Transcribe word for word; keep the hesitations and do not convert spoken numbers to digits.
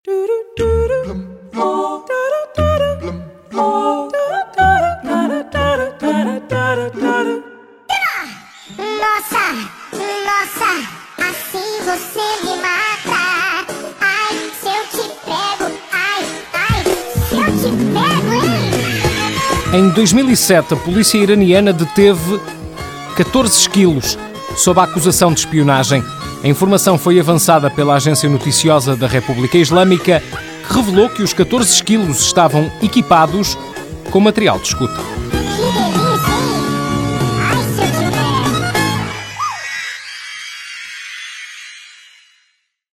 Nossa, nossa, assim você me mata. Ai, se eu te pego, ai, ai, se eu te pego, hein? Em dois mil e sete, a polícia iraniana deteve catorze quilos sob a acusação de espionagem. A informação foi avançada pela agência noticiosa da República Islâmica, que revelou que os catorze quilos estavam equipados com material de escuta.